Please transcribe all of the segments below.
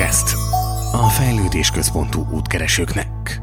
Podcast. A fejlődés központú útkeresőknek.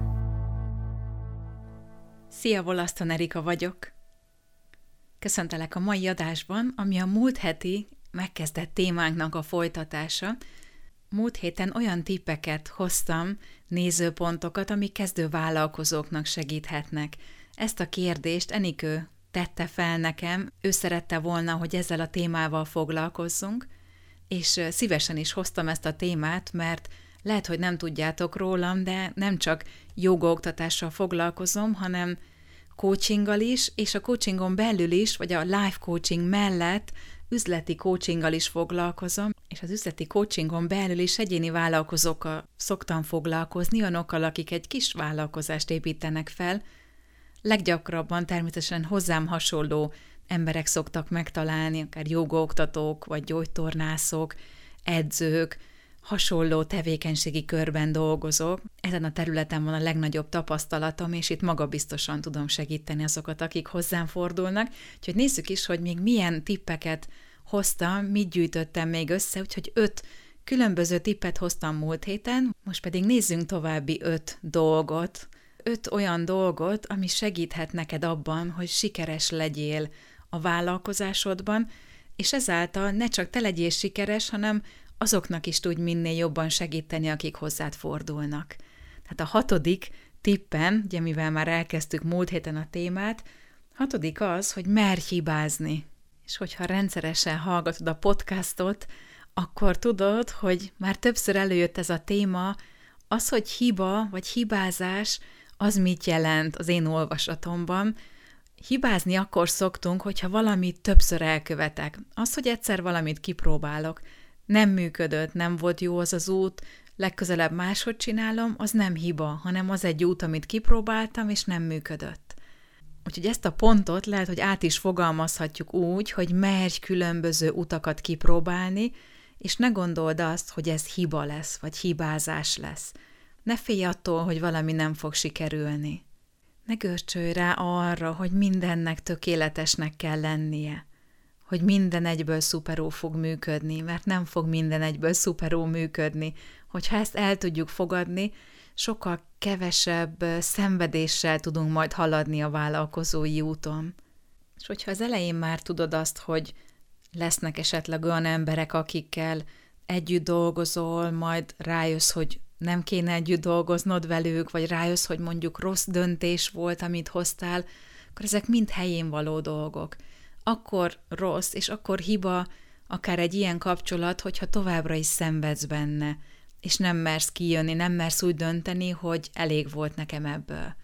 Szia, Volaszton Erika vagyok. Köszöntelek a mai adásban, ami a múlt heti megkezdett témánknak a folytatása. Múlt héten olyan tippeket hoztam, nézőpontokat, amik kezdő vállalkozóknak segíthetnek. Ezt a kérdést Enikő tette fel nekem, ő szerette volna, hogy ezzel a témával foglalkozzunk, és szívesen is hoztam ezt a témát, mert lehet, hogy nem tudjátok rólam, de nem csak jogaoktatással foglalkozom, hanem coachinggal is, és a coachingon belül is, vagy a life coaching mellett üzleti coachinggal is foglalkozom, és az üzleti coachingon belül is egyéni vállalkozókkal szoktam foglalkozni, olyanokkal, akik egy kis vállalkozást építenek fel. Leggyakrabban természetesen hozzám hasonló emberek szoktak megtalálni, akár jogaoktatók, vagy gyógytornászok, edzők, hasonló tevékenységi körben dolgozok. Ezen a területen van a legnagyobb tapasztalatom, és itt magabiztosan tudom segíteni azokat, akik hozzám fordulnak. Úgyhogy nézzük is, hogy még milyen tippeket hoztam, mit gyűjtöttem még össze, úgyhogy 5 különböző tippet hoztam múlt héten, most pedig nézzünk további 5 dolgot. 5 olyan dolgot, ami segíthet neked abban, hogy sikeres legyél a vállalkozásodban, és ezáltal ne csak te legyél sikeres, hanem azoknak is tudj minél jobban segíteni, akik hozzád fordulnak. Tehát a 6. tippen, ugye mivel már elkezdtük múlt héten a témát, 6. az, hogy merj hibázni. És hogyha rendszeresen hallgatod a podcastot, akkor tudod, hogy már többször előjött ez a téma, az, hogy hiba vagy hibázás, az mit jelent az én olvasatomban. Hibázni akkor szoktunk, hogyha valamit többször elkövetek. Az, hogy egyszer valamit kipróbálok, nem működött, nem volt jó az az út, legközelebb máshogy csinálom, az nem hiba, hanem az egy út, amit kipróbáltam, és nem működött. Úgyhogy ezt a pontot lehet, hogy át is fogalmazhatjuk úgy, hogy merj különböző utakat kipróbálni, és ne gondold azt, hogy ez hiba lesz, vagy hibázás lesz. Ne félj attól, hogy valami nem fog sikerülni. Ne görcsölj rá arra, hogy mindennek tökéletesnek kell lennie. Hogy minden egyből szuperul fog működni, mert nem fog minden egyből szuperul működni. Hogyha ezt el tudjuk fogadni, sokkal kevesebb szenvedéssel tudunk majd haladni a vállalkozói úton. És hogyha az elején már tudod azt, hogy lesznek esetleg olyan emberek, akikkel együtt dolgozol, majd rájössz, hogy nem kéne együtt dolgoznod velük, vagy rájössz, hogy mondjuk rossz döntés volt, amit hoztál, akkor ezek mind helyén való dolgok. Akkor rossz, és akkor hiba akár egy ilyen kapcsolat, hogyha továbbra is szenvedsz benne, és nem mersz kijönni, nem mersz úgy dönteni, hogy elég volt nekem ebből.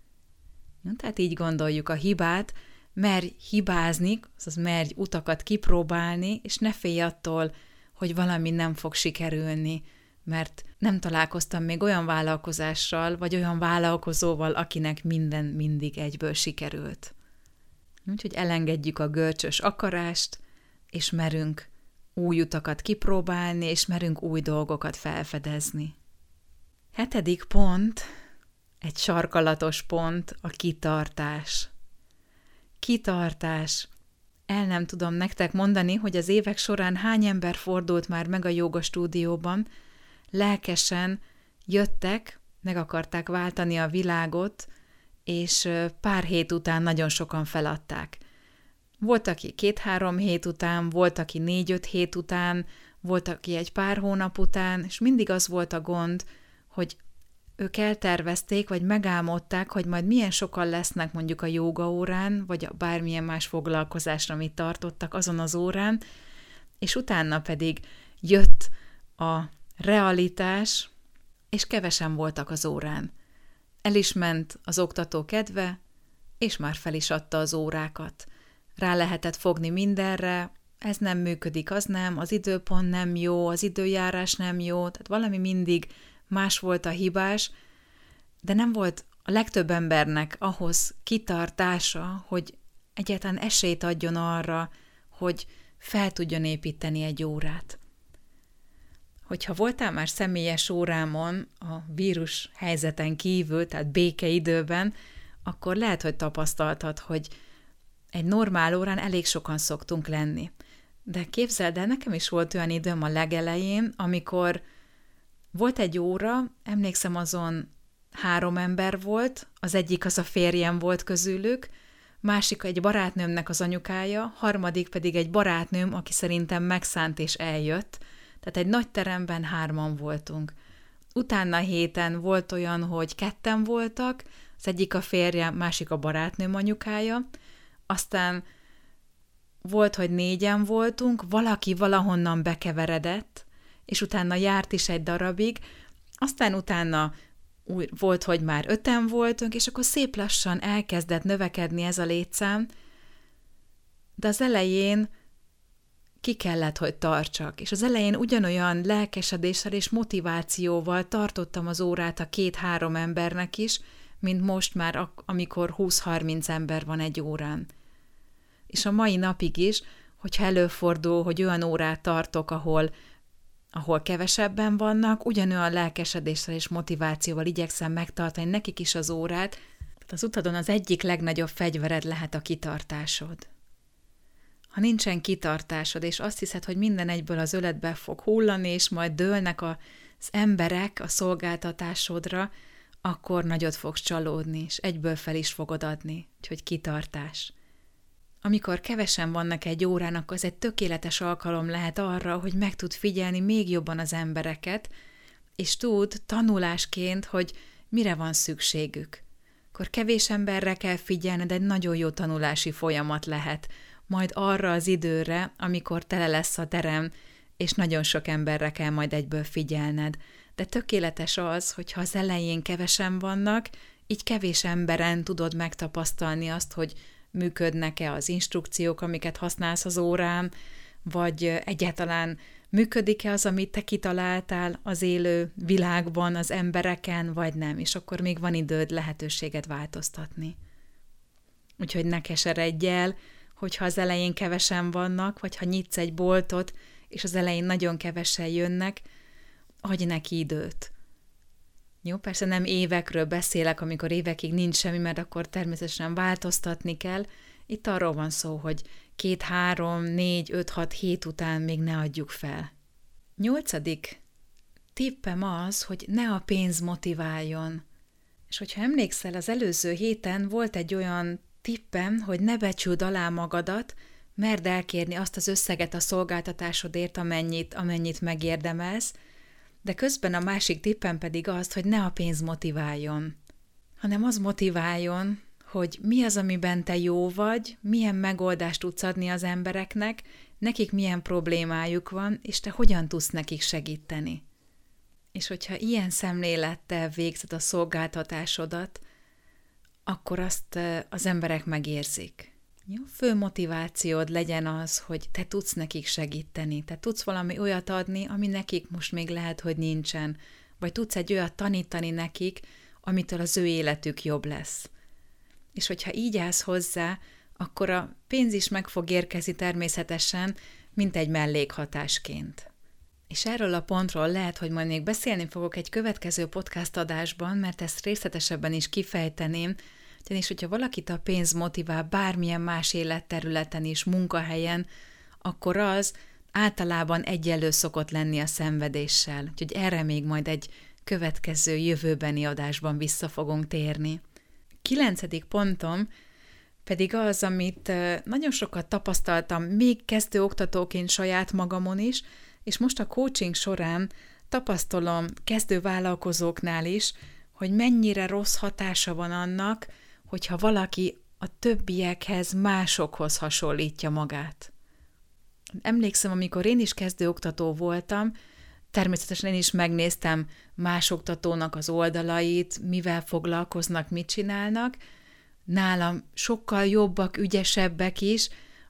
Tehát így gondoljuk a hibát, merj hibázni, azaz merj utakat kipróbálni, és ne félj attól, hogy valami nem fog sikerülni, mert nem találkoztam még olyan vállalkozással, vagy olyan vállalkozóval, akinek minden mindig egyből sikerült. Úgyhogy elengedjük a görcsös akarást, és merünk új utakat kipróbálni, és merünk új dolgokat felfedezni. 7. pont, egy sarkalatos pont, a kitartás. Kitartás. El nem tudom nektek mondani, hogy az évek során hány ember fordult már meg a jóga stúdióban, lelkesen jöttek, meg akarták váltani a világot, és pár hét után nagyon sokan feladták. Volt, aki 2-3 hét után, volt, aki 4-5 hét után, volt, aki egy pár hónap után, és mindig az volt a gond, hogy ők eltervezték, vagy megálmodták, hogy majd milyen sokan lesznek mondjuk a jóga órán, vagy a bármilyen más foglalkozásra, amit tartottak azon az órán, és utána pedig jött a realitás, és kevesen voltak az órán. El is ment az oktató kedve, és már fel is adta az órákat. Rá lehetett fogni mindenre, ez nem működik, az nem, az időpont nem jó, az időjárás nem jó, tehát valami mindig más volt a hibás, de nem volt a legtöbb embernek ahhoz kitartása, hogy egyáltalán esélyt adjon arra, hogy fel tudjon építeni egy órát. Hogyha voltál már személyes órámon a vírus helyzeten kívül, tehát békeidőben, akkor lehet, hogy tapasztaltad, hogy egy normál órán elég sokan szoktunk lenni. De képzeld el, nekem is volt olyan időm a legelején, amikor Volt egy óra, emlékszem, azon 3 ember volt, az egyik az a férjem volt közülük, másik egy barátnőmnek az anyukája, harmadik pedig egy barátnőm, aki szerintem megszánt és eljött. Tehát egy nagy teremben 3-an voltunk. Utána héten volt olyan, hogy 2 voltak, az egyik a férjem, másik a barátnőm anyukája, aztán volt, hogy 4-en voltunk, valaki valahonnan bekeveredett, és utána járt is egy darabig, aztán utána volt, hogy már 5-en voltunk, és akkor szép lassan elkezdett növekedni ez a létszám, de az elején ki kellett, hogy tartsak, és az elején ugyanolyan lelkesedéssel és motivációval tartottam az órát a 2-3 embernek is, mint most már, amikor 20-30 ember van egy órán. És a mai napig is, hogyha előfordul, hogy olyan órát tartok, ahol kevesebben vannak, ugyanolyan lelkesedéssel és motivációval igyekszem megtartani nekik is az órát. Tehát az utadon az egyik legnagyobb fegyvered lehet a kitartásod. Ha nincsen kitartásod, és azt hiszed, hogy minden egyből az öletbe fog hullani, és majd dőlnek az emberek a szolgáltatásodra, akkor nagyot fogsz csalódni, és egyből fel is fogod adni. Úgyhogy kitartás. Amikor kevesen vannak egy órán, akkor ez egy tökéletes alkalom lehet arra, hogy meg tud figyelni még jobban az embereket, és tud tanulásként, hogy mire van szükségük. Akkor kevés emberre kell figyelned, egy nagyon jó tanulási folyamat lehet, majd arra az időre, amikor tele lesz a terem, és nagyon sok emberre kell majd egyből figyelned. De tökéletes az, hogyha az elején kevesen vannak, így kevés emberen tudod megtapasztalni azt, hogy működnek-e az instrukciók, amiket használsz az órán, vagy egyáltalán működik-e az, amit te kitaláltál az élő világban, az embereken, vagy nem, és akkor még van időd, lehetőséget változtatni. Úgyhogy ne keseredj el, hogyha az elején kevesen vannak, vagy ha nyitsz egy boltot, és az elején nagyon kevesen jönnek, adj neki időt. Jó, persze nem évekről beszélek, amikor évekig nincs semmi, mert akkor természetesen változtatni kell. Itt arról van szó, hogy 2, 3, 4, 5, 6 hét után még ne adjuk fel. 8. tippem az, hogy ne a pénz motiváljon. És hogyha emlékszel, az előző héten volt egy olyan tippem, hogy ne becsüld alá magadat, merd elkérni azt az összeget a szolgáltatásodért, amennyit megérdemelsz, de közben a másik tippem pedig az, hogy ne a pénz motiváljon, hanem az motiváljon, hogy mi az, amiben te jó vagy, milyen megoldást tudsz adni az embereknek, nekik milyen problémájuk van, és te hogyan tudsz nekik segíteni. És hogyha ilyen szemlélettel végzed a szolgáltatásodat, akkor azt az emberek megérzik. Jó? Fő motivációd legyen az, hogy te tudsz nekik segíteni, te tudsz valami olyat adni, ami nekik most még lehet, hogy nincsen, vagy tudsz egy olyat tanítani nekik, amitől az ő életük jobb lesz. És hogyha így állsz hozzá, akkor a pénz is meg fog érkezni természetesen, mint egy mellékhatásként. És erről a pontról lehet, hogy majd még beszélni fogok egy következő podcast adásban, mert ezt részletesebben is kifejteném, ugyanis, hogyha valakit a pénz motivál bármilyen más életterületen is, munkahelyen, akkor az általában egyenlő szokott lenni a szenvedéssel. Úgyhogy erre még majd egy következő jövőbeni adásban vissza fogunk térni. 9. pontom pedig az, amit nagyon sokat tapasztaltam, még kezdő oktatóként saját magamon is, és most a coaching során tapasztalom kezdő vállalkozóknál is, hogy mennyire rossz hatása van annak, hogyha valaki a többiekhez, másokhoz hasonlítja magát. Emlékszem, amikor én is kezdő oktató voltam, természetesen én is megnéztem más oktatónak az oldalait, mivel foglalkoznak, mit csinálnak. Nálam sokkal jobbak, ügyesebbek is,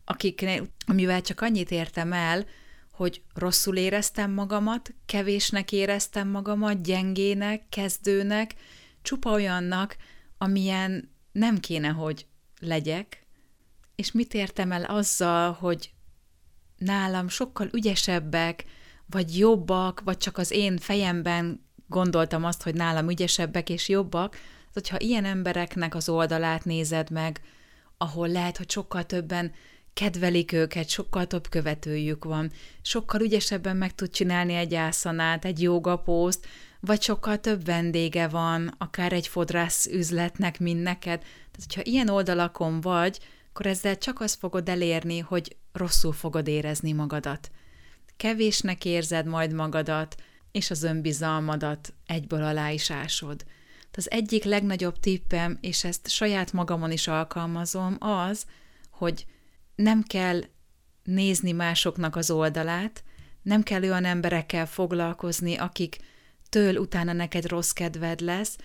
amivel csak annyit értem el, hogy rosszul éreztem magamat, kevésnek éreztem magamat, gyengének, kezdőnek, csupa olyannak, amilyen nem kéne, hogy legyek. És mit értem el azzal, hogy nálam sokkal ügyesebbek, vagy jobbak, vagy csak az én fejemben gondoltam azt, hogy nálam ügyesebbek és jobbak, hogyha ilyen embereknek az oldalát nézed meg, ahol lehet, hogy sokkal többen kedvelik őket, sokkal több követőjük van, sokkal ügyesebben meg tud csinálni egy ászanát, egy jógapózt, vagy sokkal több vendége van, akár egy fodrász üzletnek, mint neked. Tehát, hogyha ilyen oldalakon vagy, akkor ezzel csak azt fogod elérni, hogy rosszul fogod érezni magadat. Kevésnek érzed majd magadat, és az önbizalmadat egyből alá is ásod. Az egyik legnagyobb tippem, és ezt saját magamon is alkalmazom, az, hogy nem kell nézni másoknak az oldalát, nem kell olyan emberekkel foglalkozni, akiktől utána neked rossz kedved lesz,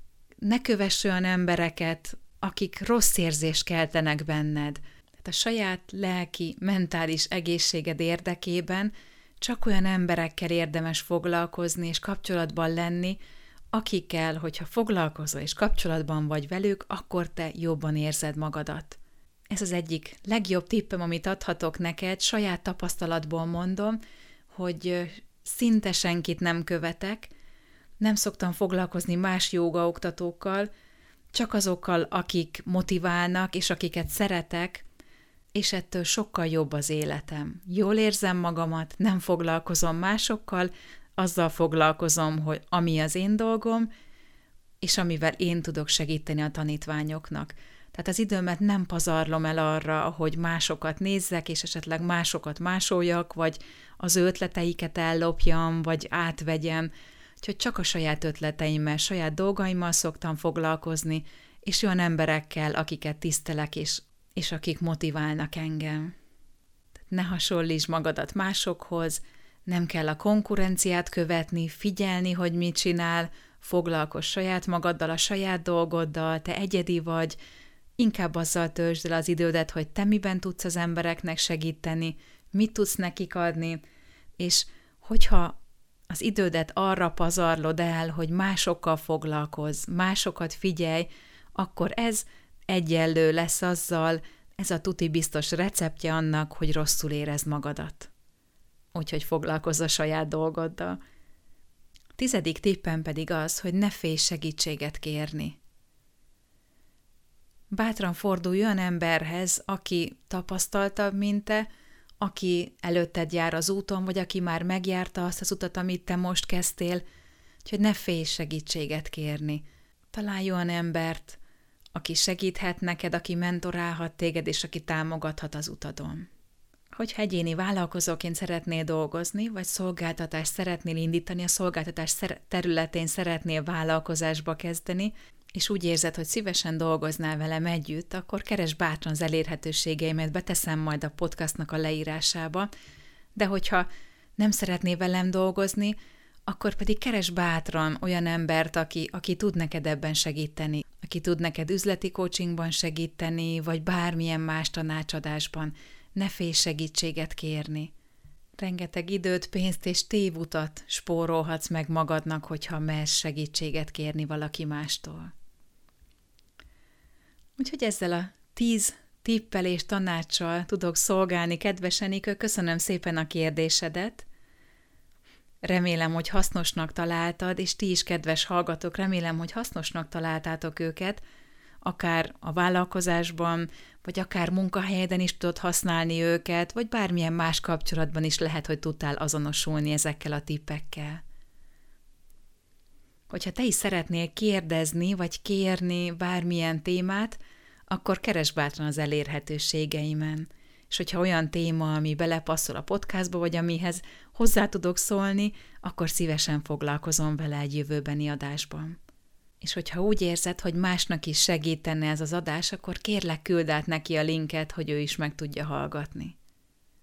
ne kövess olyan embereket, akik rossz érzést keltenek benned. Tehát a saját lelki, mentális egészséged érdekében csak olyan emberekkel érdemes foglalkozni és kapcsolatban lenni, akikkel, hogyha foglalkozol és kapcsolatban vagy velük, akkor te jobban érzed magadat. Ez az egyik legjobb tippem, amit adhatok neked, saját tapasztalatból mondom, hogy szinte senkit nem követek, nem szoktam foglalkozni más jógaoktatókkal, csak azokkal, akik motiválnak, és akiket szeretek, és ettől sokkal jobb az életem. Jól érzem magamat, nem foglalkozom másokkal, azzal foglalkozom, hogy ami az én dolgom, és amivel én tudok segíteni a tanítványoknak. Tehát az időmet nem pazarlom el arra, hogy másokat nézzek, és esetleg másokat másoljak, vagy az ötleteiket ellopjam, vagy átvegyem. Úgyhogy csak a saját ötleteimmel, saját dolgaimmal szoktam foglalkozni, és olyan emberekkel, akiket tisztelek, és akik motiválnak engem. Ne hasonlítsd magadat másokhoz, nem kell a konkurenciát követni, figyelni, hogy mit csinál, foglalkozz saját magaddal, a saját dolgoddal, te egyedi vagy, inkább azzal töltsd el az idődet, hogy te miben tudsz az embereknek segíteni, mit tudsz nekik adni, és hogyha az idődet arra pazarlod el, hogy másokkal foglalkozz, másokat figyelj, akkor ez egyenlő lesz azzal, ez a tuti biztos receptje annak, hogy rosszul érezd magadat. Úgyhogy foglalkozz a saját dolgoddal. 10. tippem pedig az, hogy ne félj segítséget kérni. Bátran fordulj olyan emberhez, aki tapasztaltabb, mint te, aki előtted jár az úton, vagy aki már megjárta azt az utat, amit te most kezdtél, úgyhogy ne félj segítséget kérni. Találj olyan embert, aki segíthet neked, aki mentorálhat téged, és aki támogathat az utadon. Hogyha egyéni vállalkozóként szeretnél dolgozni, vagy szolgáltatást szeretnél indítani, a szolgáltatás területén szeretnél vállalkozásba kezdeni, és úgy érzed, hogy szívesen dolgoznál velem együtt, akkor keresd bátran az elérhetőségeimet, beteszem majd a podcastnak a leírásába, de hogyha nem szeretnél velem dolgozni, akkor pedig keresd bátran olyan embert, aki tud neked ebben segíteni, aki tud neked üzleti coachingban segíteni, vagy bármilyen más tanácsadásban. Ne félj segítséget kérni. Rengeteg időt, pénzt és tévutat spórolhatsz meg magadnak, hogyha mersz segítséget kérni valaki mástól. Úgyhogy ezzel a 10 tippel és tanácssal tudok szolgálni, kedves Enikő, köszönöm szépen a kérdésedet. Remélem, hogy hasznosnak találtad, és ti is, kedves hallgatók, remélem, hogy hasznosnak találtátok őket, akár a vállalkozásban, vagy akár munkahelyeden is tudod használni őket, vagy bármilyen más kapcsolatban is lehet, hogy tudtál azonosulni ezekkel a tippekkel. Hogyha te is szeretnél kérdezni, vagy kérni bármilyen témát, akkor keresd bátran az elérhetőségeimen. És hogyha olyan téma, ami belepasszol a podcastba, vagy amihez hozzá tudok szólni, akkor szívesen foglalkozom vele egy jövőbeni adásban. És hogyha úgy érzed, hogy másnak is segítene ez az adás, akkor kérlek, küld át neki a linket, hogy ő is meg tudja hallgatni.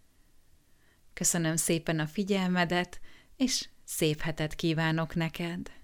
Köszönöm szépen a figyelmedet, és szép hetet kívánok neked!